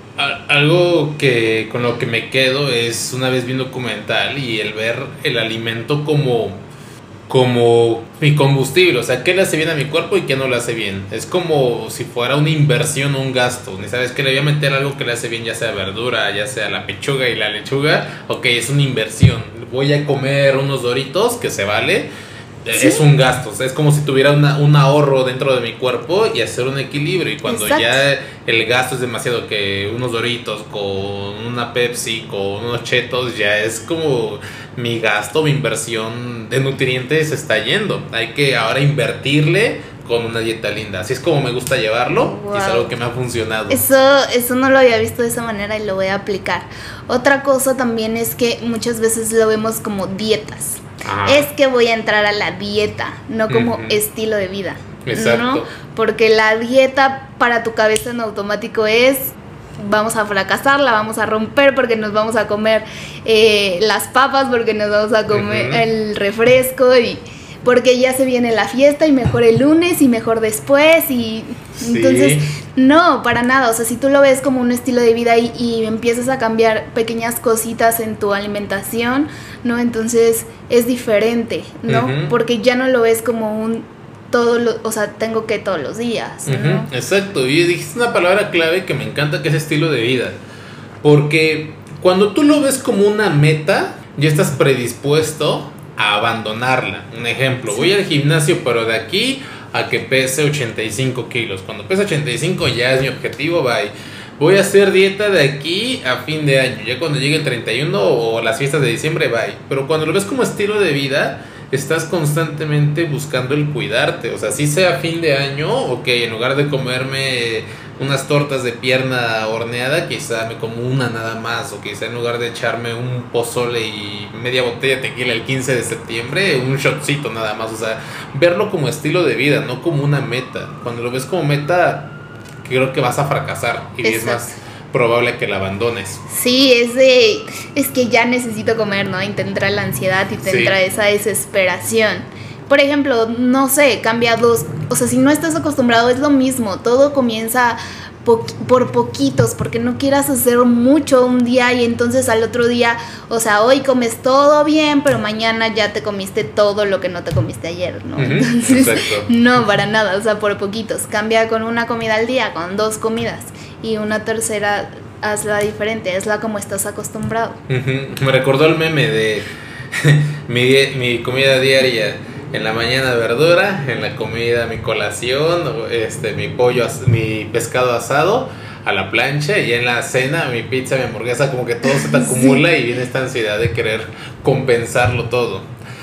algo que con lo que me quedo es, una vez vi un documental y el ver el alimento como como mi combustible, o sea, qué le hace bien a mi cuerpo y qué no le hace bien. Es como si fuera una inversión o un gasto. Ni sabes que le voy a meter algo que le hace bien, ya sea verdura, ya sea la pechuga y la lechuga. Ok, es una inversión. Voy a comer unos Doritos, que se vale. ¿Sí? Es un gasto, o sea, es como si tuviera una, un ahorro dentro de mi cuerpo y hacer un equilibrio. Y cuando Exacto. ya el gasto es demasiado, que unos Doritos con una Pepsi, con unos Chetos, ya es como mi gasto, mi inversión de nutrientes se está yendo. Hay que ahora invertirle con una dieta linda. Así es como me gusta llevarlo. Wow. Y es algo que me ha funcionado. Eso, eso no lo había visto de esa manera y lo voy a aplicar. Otra cosa también es que muchas veces lo vemos como dietas. Ajá. Es que voy a entrar a la dieta, no como uh-huh. estilo de vida. Exacto. ¿No? Porque la dieta para tu cabeza en automático es: vamos a fracasar, la vamos a romper porque nos vamos a comer eh, las papas, porque nos vamos a comer uh-huh. el refresco, y porque ya se viene la fiesta y mejor el lunes y mejor después. Y sí. Entonces, no, para nada. O sea, si tú lo ves como un estilo de vida y, y empiezas a cambiar pequeñas cositas en tu alimentación, ¿no? Entonces es diferente, ¿no? Uh-huh. Porque ya no lo ves como un todo lo, o sea, tengo que todos los días, ¿no? Uh-huh. Exacto. Y dijiste una palabra clave que me encanta, que es estilo de vida. Porque cuando tú lo ves como una meta, ya estás predispuesto a abandonarla. Un ejemplo, sí. voy al gimnasio, pero de aquí a que pese ochenta y cinco kilos. Cuando pese ochenta y cinco ya es mi objetivo, bye. Voy a hacer dieta de aquí a fin de año. Ya cuando llegue el treinta y uno o las fiestas de diciembre, bye. Pero cuando lo ves como estilo de vida, estás constantemente buscando el cuidarte. O sea, si sea fin de año, ok, en lugar de comerme unas tortas de pierna horneada, quizá me como una nada más. O quizá en lugar de echarme un pozole y media botella de tequila el quince de septiembre, un shotcito nada más. O sea, verlo como estilo de vida, no como una meta. Cuando lo ves como meta, creo que vas a fracasar y Exacto. es más probable que la abandones. Sí, es de, es que ya necesito comer, ¿no? Y te entra la ansiedad y te sí. entra esa desesperación. Por ejemplo, no sé, cambia dos, o sea, si no estás acostumbrado es lo mismo, todo comienza po- por poquitos, porque no quieras hacer mucho un día y entonces al otro día, o sea, hoy comes todo bien, pero mañana ya te comiste todo lo que no te comiste ayer, ¿no? Uh-huh, entonces, exacto. No, para nada, o sea, por poquitos, cambia con una comida al día, con dos comidas, y una tercera hazla diferente, hazla como estás acostumbrado. Uh-huh. Me recordó el meme de mi, mi comida diaria. En la mañana verdura, en la comida mi colación, este, mi pollo, mi pescado asado a la plancha, y en la cena mi pizza, mi hamburguesa. Como que todo se te acumula sí. y viene esta ansiedad de querer compensarlo todo.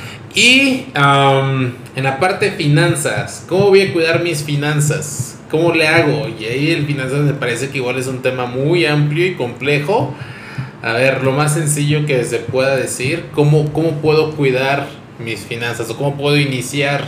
Y um, en la parte de finanzas, ¿cómo voy a cuidar mis finanzas? ¿Cómo le hago? Y ahí el finanzas me parece que igual es un tema muy amplio y complejo. A ver, lo más sencillo que se pueda decir, ¿cómo, cómo puedo cuidar mis finanzas o cómo puedo iniciar?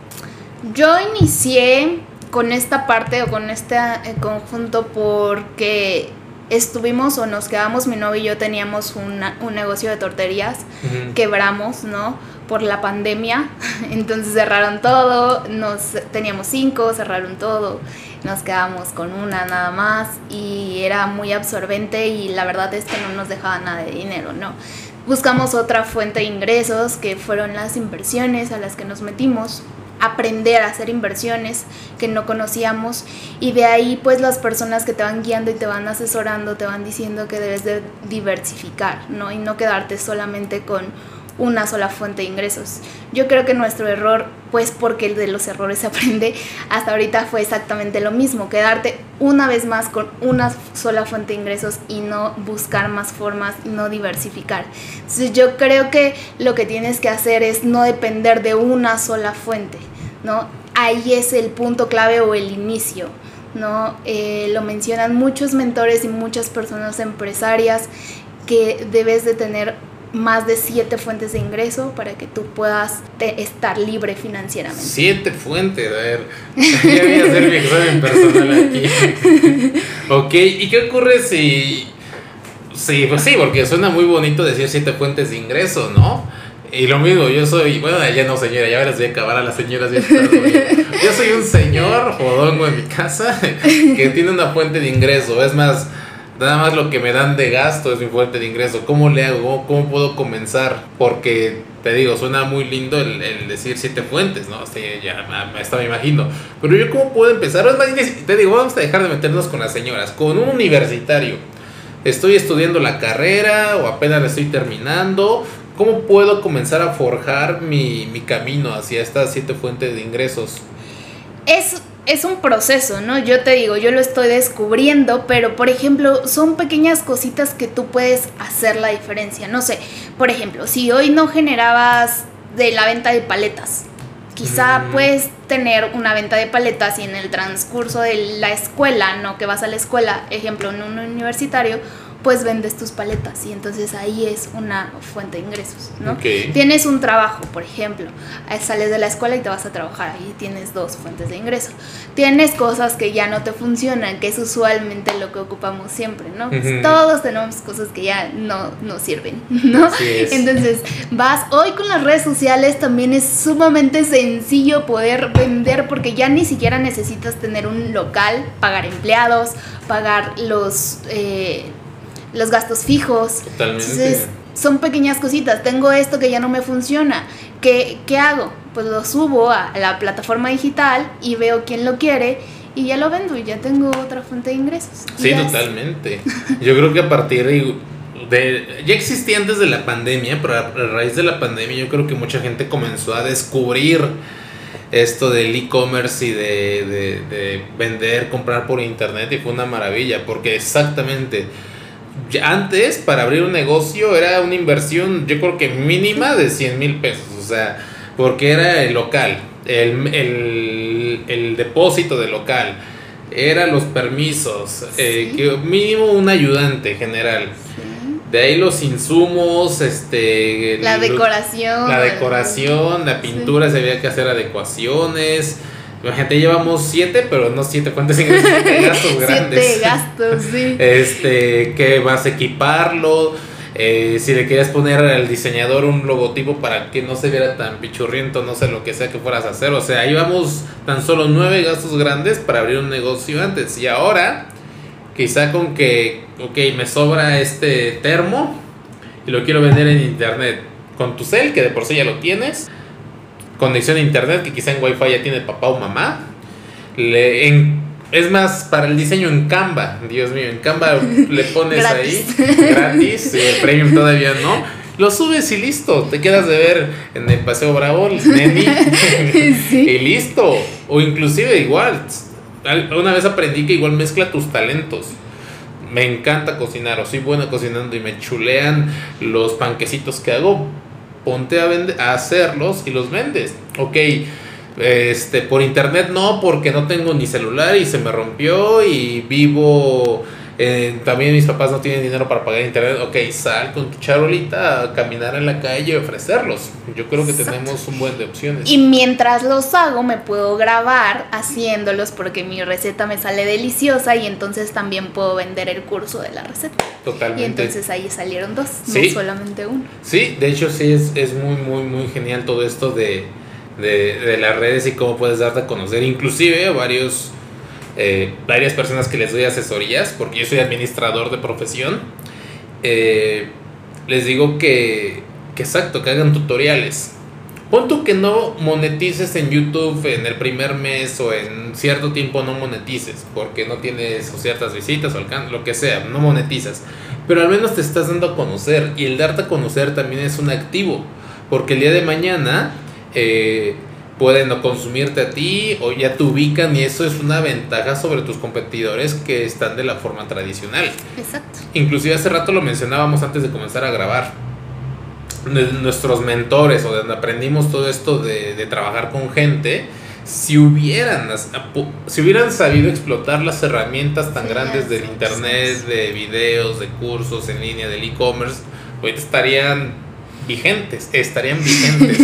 Yo inicié con esta parte o con este conjunto porque estuvimos o nos quedamos, mi novio y yo teníamos una, un negocio de torterías, uh-huh. quebramos, ¿no? Por la pandemia, entonces cerraron todo, nos teníamos cinco, cerraron todo, nos quedamos con una nada más y era muy absorbente y la verdad es que no nos dejaba nada de dinero, ¿no? Buscamos otra fuente de ingresos que fueron las inversiones a las que nos metimos, aprender a hacer inversiones que no conocíamos, y de ahí pues las personas que te van guiando y te van asesorando te van diciendo que debes de diversificar, ¿no? Y no quedarte solamente con una sola fuente de ingresos. Yo creo que nuestro error, pues porque de los errores se aprende, hasta ahorita fue exactamente lo mismo, quedarte una vez más con una sola fuente de ingresos y no buscar más formas, no diversificar. Entonces yo creo que lo que tienes que hacer es no depender de una sola fuente, ¿no? Ahí es el punto clave o el inicio, ¿no? Eh, lo mencionan muchos mentores y muchas personas empresarias, que debes de tener más de siete fuentes de ingreso para que tú puedas te, estar libre financieramente. Siete fuentes, a ver, ya voy a hacer mi examen personal aquí. Ok, ¿y qué ocurre si... Sí, pues sí, porque suena muy bonito decir siete fuentes de ingreso, ¿no? Y lo mismo, yo soy, bueno, ya no señora, ya verás, voy a acabar a las señoras. Yo soy un señor jodongo en mi casa que tiene una fuente de ingreso, es más... Nada más lo que me dan de gasto es mi fuente de ingreso. ¿Cómo le hago? ¿Cómo puedo comenzar? Porque te digo, suena muy lindo el, el decir siete fuentes, ¿no? Así ya me, hasta me imagino. Pero yo, ¿cómo puedo empezar? Es más, te digo, vamos a dejar de meternos con las señoras. Con un universitario. Estoy estudiando la carrera o apenas la estoy terminando. ¿Cómo puedo comenzar a forjar mi, mi camino hacia estas siete fuentes de ingresos? Es, es un proceso, ¿no? Yo te digo, yo lo estoy descubriendo, pero por ejemplo, son pequeñas cositas que tú puedes hacer la diferencia. No sé, por ejemplo, si hoy no generabas de la venta de paletas, quizá mm. puedes tener una venta de paletas y en el transcurso de la escuela, no que vas a la escuela, ejemplo, en un universitario, pues vendes tus paletas y entonces ahí es una fuente de ingresos, ¿no? Okay. Tienes un trabajo, por ejemplo, sales de la escuela y te vas a trabajar, ahí tienes dos fuentes de ingreso. Tienes cosas que ya no te funcionan, que es usualmente lo que ocupamos siempre, ¿no? Pues uh-huh. Todos tenemos cosas que ya no nos sirven, ¿no? Entonces vas, hoy con las redes sociales también es sumamente sencillo poder vender porque ya ni siquiera necesitas tener un local, pagar empleados, pagar los... Eh, los gastos fijos. Totalmente. Entonces, son pequeñas cositas. Tengo esto que ya no me funciona. ¿Qué, qué hago? Pues lo subo a la plataforma digital y veo quién lo quiere y ya lo vendo y ya tengo otra fuente de ingresos. Sí, totalmente. Yo creo que a partir de, de... Ya existía antes de la pandemia, pero a raíz de la pandemia yo creo que mucha gente comenzó a descubrir esto del e-commerce y de, de, de vender, comprar por internet y fue una maravilla porque exactamente... Antes, para abrir un negocio era una inversión, yo creo que mínima de cien mil pesos, o sea, porque era el local, el, el, el depósito del local, eran los permisos, sí. eh, que mínimo un ayudante general. Sí. De ahí los insumos, este, la decoración, la decoración, la pintura, sí. Se había que hacer adecuaciones. Imagínate, llevamos siete, pero no siete fuentes de ingresos, siete gastos grandes. Siete gastos, sí. Este, que vas a equiparlo, eh, si le querías poner al diseñador un logotipo para que no se viera tan pichurriento, no sé lo que sea que fueras a hacer. O sea, íbamos tan solo nueve gastos grandes para abrir un negocio antes. Y ahora, quizá con que, ok, me sobra este termo y lo quiero vender en internet. Con tu cel, que de por sí ya lo tienes. Conexión a internet que quizá en Wi-Fi ya tiene papá o mamá. Le, en, es más, para el diseño en Canva, Dios mío, en Canva le pones ahí gratis, el premium todavía no. Lo subes y listo, te quedas de ver en el Paseo Bravo, el Neni, sí. Y listo. O inclusive igual, una vez aprendí que igual mezcla tus talentos. Me encanta cocinar, o soy buena cocinando y me chulean los panquecitos que hago. Ponte a, vender, a hacerlos y los vendes. Ok, este, por internet no, porque no tengo ni celular y se me rompió y vivo... Eh, también mis papás no tienen dinero para pagar internet. Ok, sal con tu charolita a caminar en la calle y ofrecerlos. Yo creo que Exacto. tenemos un buen de opciones. Y mientras los hago me puedo grabar haciéndolos porque mi receta me sale deliciosa y entonces también puedo vender el curso de la receta. Totalmente. Y entonces ahí salieron dos, ¿Sí? no solamente uno. Sí, de hecho sí es, es muy muy muy genial todo esto de, de, de las redes y cómo puedes darte a conocer. Inclusive varios... Eh, varias personas que les doy asesorías, porque yo soy administrador de profesión, eh, les digo que, que exacto, que hagan tutoriales. Pon tú que no monetices en YouTube en el primer mes o en cierto tiempo no monetices porque no tienes o ciertas visitas o alcance, lo que sea, no monetizas, pero al menos te estás dando a conocer, y el darte a conocer también es un activo, porque el día de mañana eh, pueden no consumirte a ti o ya te ubican, y eso es una ventaja sobre tus competidores que están de la forma tradicional. Exacto. Inclusive hace rato lo mencionábamos antes de comenzar a grabar. Nuestros mentores, o donde aprendimos todo esto de, de trabajar con gente, si hubieran, si hubieran sabido explotar las herramientas tan sí, grandes del internet, de videos, de cursos en línea, del e-commerce, ahorita estarían vigentes, estarían vigentes.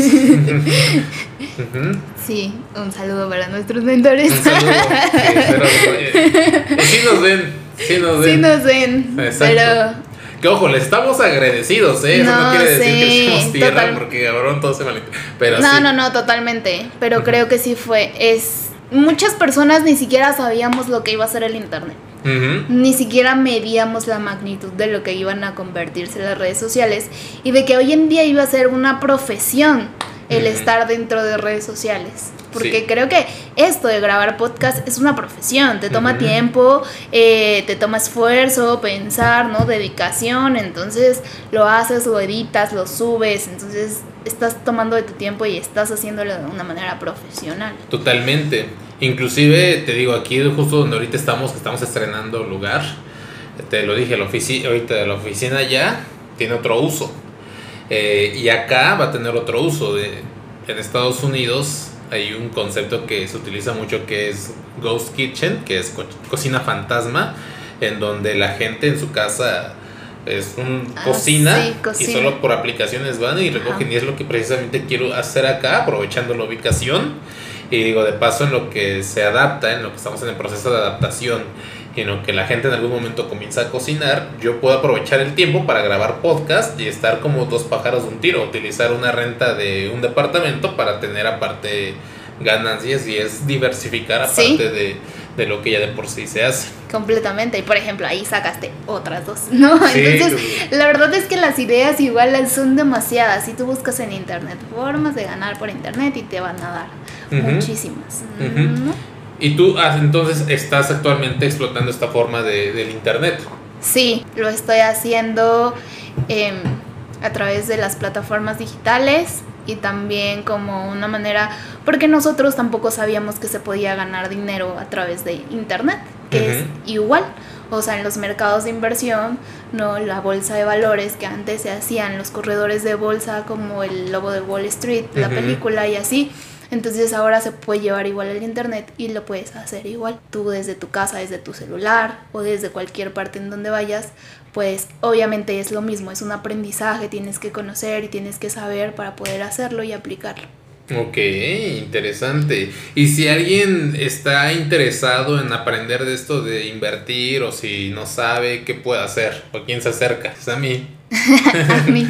Uh-huh. Sí, un saludo para nuestros mentores. Un saludo. Sí, pero, eh, sí nos ven, sí nos ven. Sí nos ven, exacto. Pero... Que ojo, les estamos agradecidos, ¿eh? Eso no, no quiere decir sí, que somos tierra, total... porque cabrón, todo se malentiende. Pero no, sí. no, no, totalmente. Pero uh-huh. creo que sí fue. Es muchas personas ni siquiera sabíamos lo que iba a ser el internet. Uh-huh. Ni siquiera medíamos la magnitud de lo que iban a convertirse las redes sociales y de que hoy en día iba a ser una profesión el uh-huh. estar dentro de redes sociales. Porque sí. creo que esto de grabar podcast es una profesión, te toma uh-huh. tiempo, eh, te toma esfuerzo, pensar, ¿no? Dedicación, entonces lo haces, lo editas, lo subes, entonces estás tomando de tu tiempo y estás haciéndolo de una manera profesional. Totalmente. Inclusive, te digo, aquí justo donde ahorita estamos, que estamos estrenando lugar, te lo dije, la ofici- ahorita la oficina ya tiene otro uso. Eh, y acá va a tener otro uso. De, en Estados Unidos hay un concepto que se utiliza mucho que es Ghost Kitchen, que es co- cocina fantasma, en donde la gente en su casa es un ah, cocina, sí, cocina y solo por aplicaciones van y recogen. Ajá. Y es lo que precisamente quiero hacer acá, aprovechando la ubicación. Y digo, de paso, en lo que se adapta, en lo que estamos en el proceso de adaptación, y en lo que la gente en algún momento comienza a cocinar, yo puedo aprovechar el tiempo para grabar podcast y estar como dos pájaros de un tiro, utilizar una renta de un departamento para tener aparte ganancias, y es diversificar aparte ¿sí? de, de lo que ya de por sí se hace. Completamente, y por ejemplo ahí sacaste otras dos, ¿no? Sí, entonces sí. La verdad es que las ideas igual son demasiadas. Si tú buscas en internet formas de ganar por internet y te van a dar uh-huh. muchísimas, uh-huh. ¿no? Y tú entonces estás actualmente explotando esta forma de, del internet. Sí, lo estoy haciendo eh, a través de las plataformas digitales y también como una manera, porque nosotros tampoco sabíamos que se podía ganar dinero a través de internet, que uh-huh. es igual. O sea, en los mercados de inversión, no, la bolsa de valores que antes se hacían, los corredores de bolsa como el Lobo de Wall Street, uh-huh. la película y así. Entonces ahora se puede llevar igual al internet y lo puedes hacer igual. Tú desde tu casa, desde tu celular o desde cualquier parte en donde vayas, pues obviamente es lo mismo, es un aprendizaje, tienes que conocer y tienes que saber para poder hacerlo y aplicarlo. Ok, interesante. Y si alguien está interesado en aprender de esto de invertir, o si no sabe qué puede hacer, o quién se acerca, es a mí. A mí.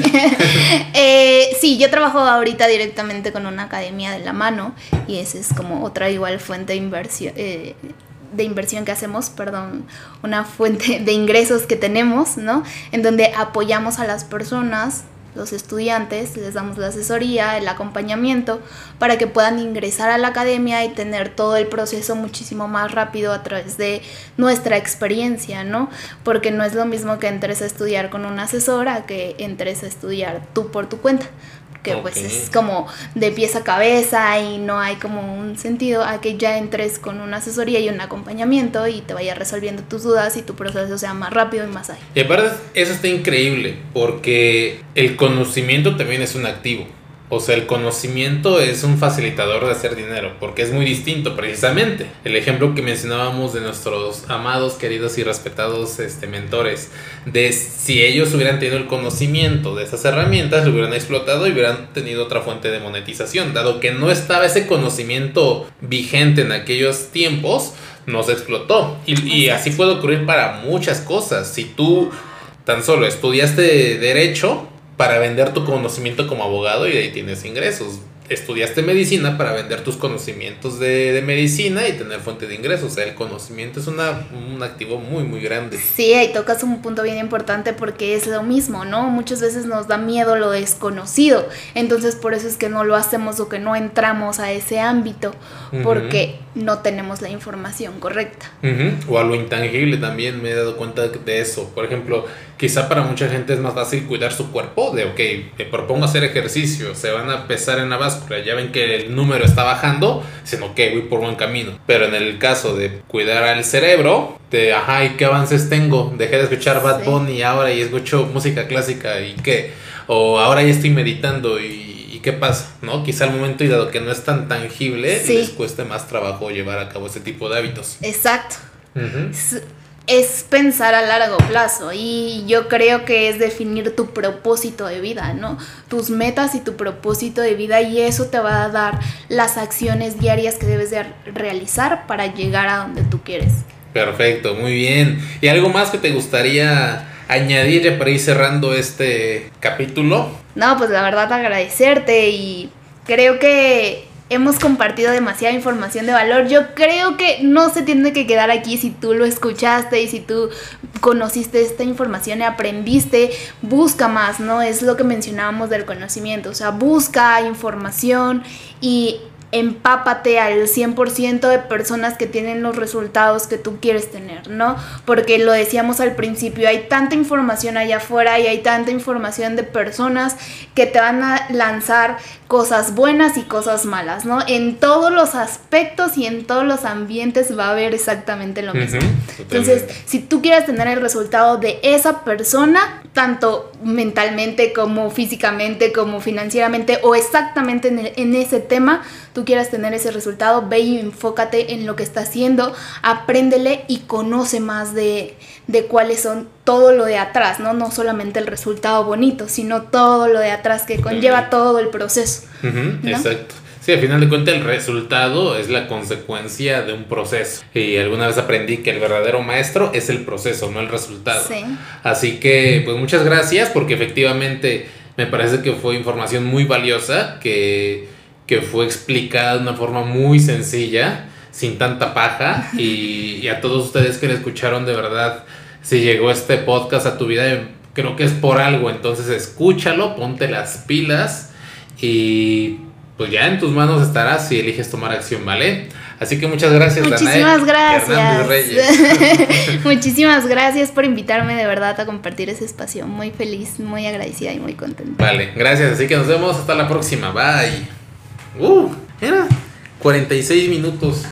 eh, sí, yo trabajo ahorita directamente con una academia de la mano y esa es como otra igual fuente de inversión, eh, de inversión que hacemos, perdón, una fuente de ingresos que tenemos, ¿no? En donde apoyamos a las personas, los estudiantes, les damos la asesoría, el acompañamiento para que puedan ingresar a la academia y tener todo el proceso muchísimo más rápido a través de nuestra experiencia, ¿no? Porque no es lo mismo que entres a estudiar con una asesora que entres a estudiar tú por tu cuenta. Que okay. pues es como de pies a cabeza y no hay como un sentido a que ya entres con una asesoría y un acompañamiento y te vaya resolviendo tus dudas y tu proceso sea más rápido y más ágil. Y aparte eso está increíble porque el conocimiento también es un activo. O sea, el conocimiento es un facilitador de hacer dinero, porque es muy distinto precisamente. El ejemplo que mencionábamos de nuestros amados, queridos y respetados este, mentores, de si ellos hubieran tenido el conocimiento de esas herramientas, lo hubieran explotado y hubieran tenido otra fuente de monetización. Dado que no estaba ese conocimiento vigente en aquellos tiempos, no se explotó. Y, y así puede ocurrir para muchas cosas. Si tú tan solo estudiaste derecho para vender tu conocimiento como abogado y de ahí tienes ingresos. Estudiaste medicina para vender tus conocimientos de, de medicina y tener fuente de ingresos. O sea, el conocimiento es una, un activo muy, muy grande. Sí, ahí tocas un punto bien importante porque es lo mismo, ¿no? Muchas veces nos da miedo lo desconocido. Entonces, por eso es que no lo hacemos o que no entramos a ese ámbito porque uh-huh. no tenemos la información correcta. Uh-huh. O a lo intangible también me he dado cuenta de eso. Por ejemplo, quizá para mucha gente es más fácil cuidar su cuerpo. De, ok, me propongo hacer ejercicio, se van a pesar en la báscula, ya ven que el número está bajando, dicen, ok, voy por buen camino. Pero en el caso de cuidar al cerebro, de, ajá, ¿y qué avances tengo? Dejé de escuchar Bad Bunny sí. ahora y escucho música clásica, ¿y qué? O ahora ya estoy meditando, ¿y, y qué pasa? ¿No? Quizá al momento, y dado que no es tan tangible, sí. les cueste más trabajo llevar a cabo ese tipo de hábitos. Exacto. Uh-huh. Es pensar a largo plazo y yo creo que es definir tu propósito de vida, ¿no? Tus metas y tu propósito de vida, y eso te va a dar las acciones diarias que debes de realizar para llegar a donde tú quieres. Perfecto, muy bien. ¿Y algo más que te gustaría añadir ya para ir cerrando este capítulo? No, pues la verdad agradecerte, y creo que hemos compartido demasiada información de valor. Yo creo que no se tiene que quedar aquí. Si tú lo escuchaste y si tú conociste esta información y aprendiste, busca más, ¿no? Es lo que mencionábamos del conocimiento, o sea, busca información y empápate al cien por ciento de personas que tienen los resultados que tú quieres tener, ¿no? Porque lo decíamos al principio, hay tanta información allá afuera y hay tanta información de personas que te van a lanzar cosas buenas y cosas malas, ¿no? En todos los aspectos y en todos los ambientes va a haber exactamente lo mismo. Uh-huh, Entonces, si tú quieres tener el resultado de esa persona, tanto mentalmente como físicamente, como financieramente o exactamente en, el, en ese tema, tú quieras tener ese resultado, ve y enfócate en lo que está haciendo, apréndele y conoce más de, de cuáles son todo lo de atrás, ¿no? No solamente el resultado bonito, sino todo lo de atrás que conlleva todo el proceso. Uh-huh, ¿no? Exacto. Sí, al final de cuentas el resultado es la consecuencia de un proceso. Y alguna vez aprendí que el verdadero maestro es el proceso, no el resultado. Sí. Así que, pues muchas gracias, porque efectivamente me parece que fue información muy valiosa, que, que fue explicada de una forma muy sencilla, sin tanta paja. Y, y a todos ustedes que le escucharon, de verdad, si llegó este podcast a tu vida, creo que es por algo. Entonces escúchalo, ponte las pilas y pues ya en tus manos estará si eliges tomar acción, ¿vale? Así que muchas gracias, Muchísimas Danae gracias. Reyes. Muchísimas gracias por invitarme de verdad a compartir ese espacio. Muy feliz, muy agradecida y muy contenta. Vale, gracias. Así que nos vemos hasta la próxima. Bye. Uh, era cuarenta y seis minutos.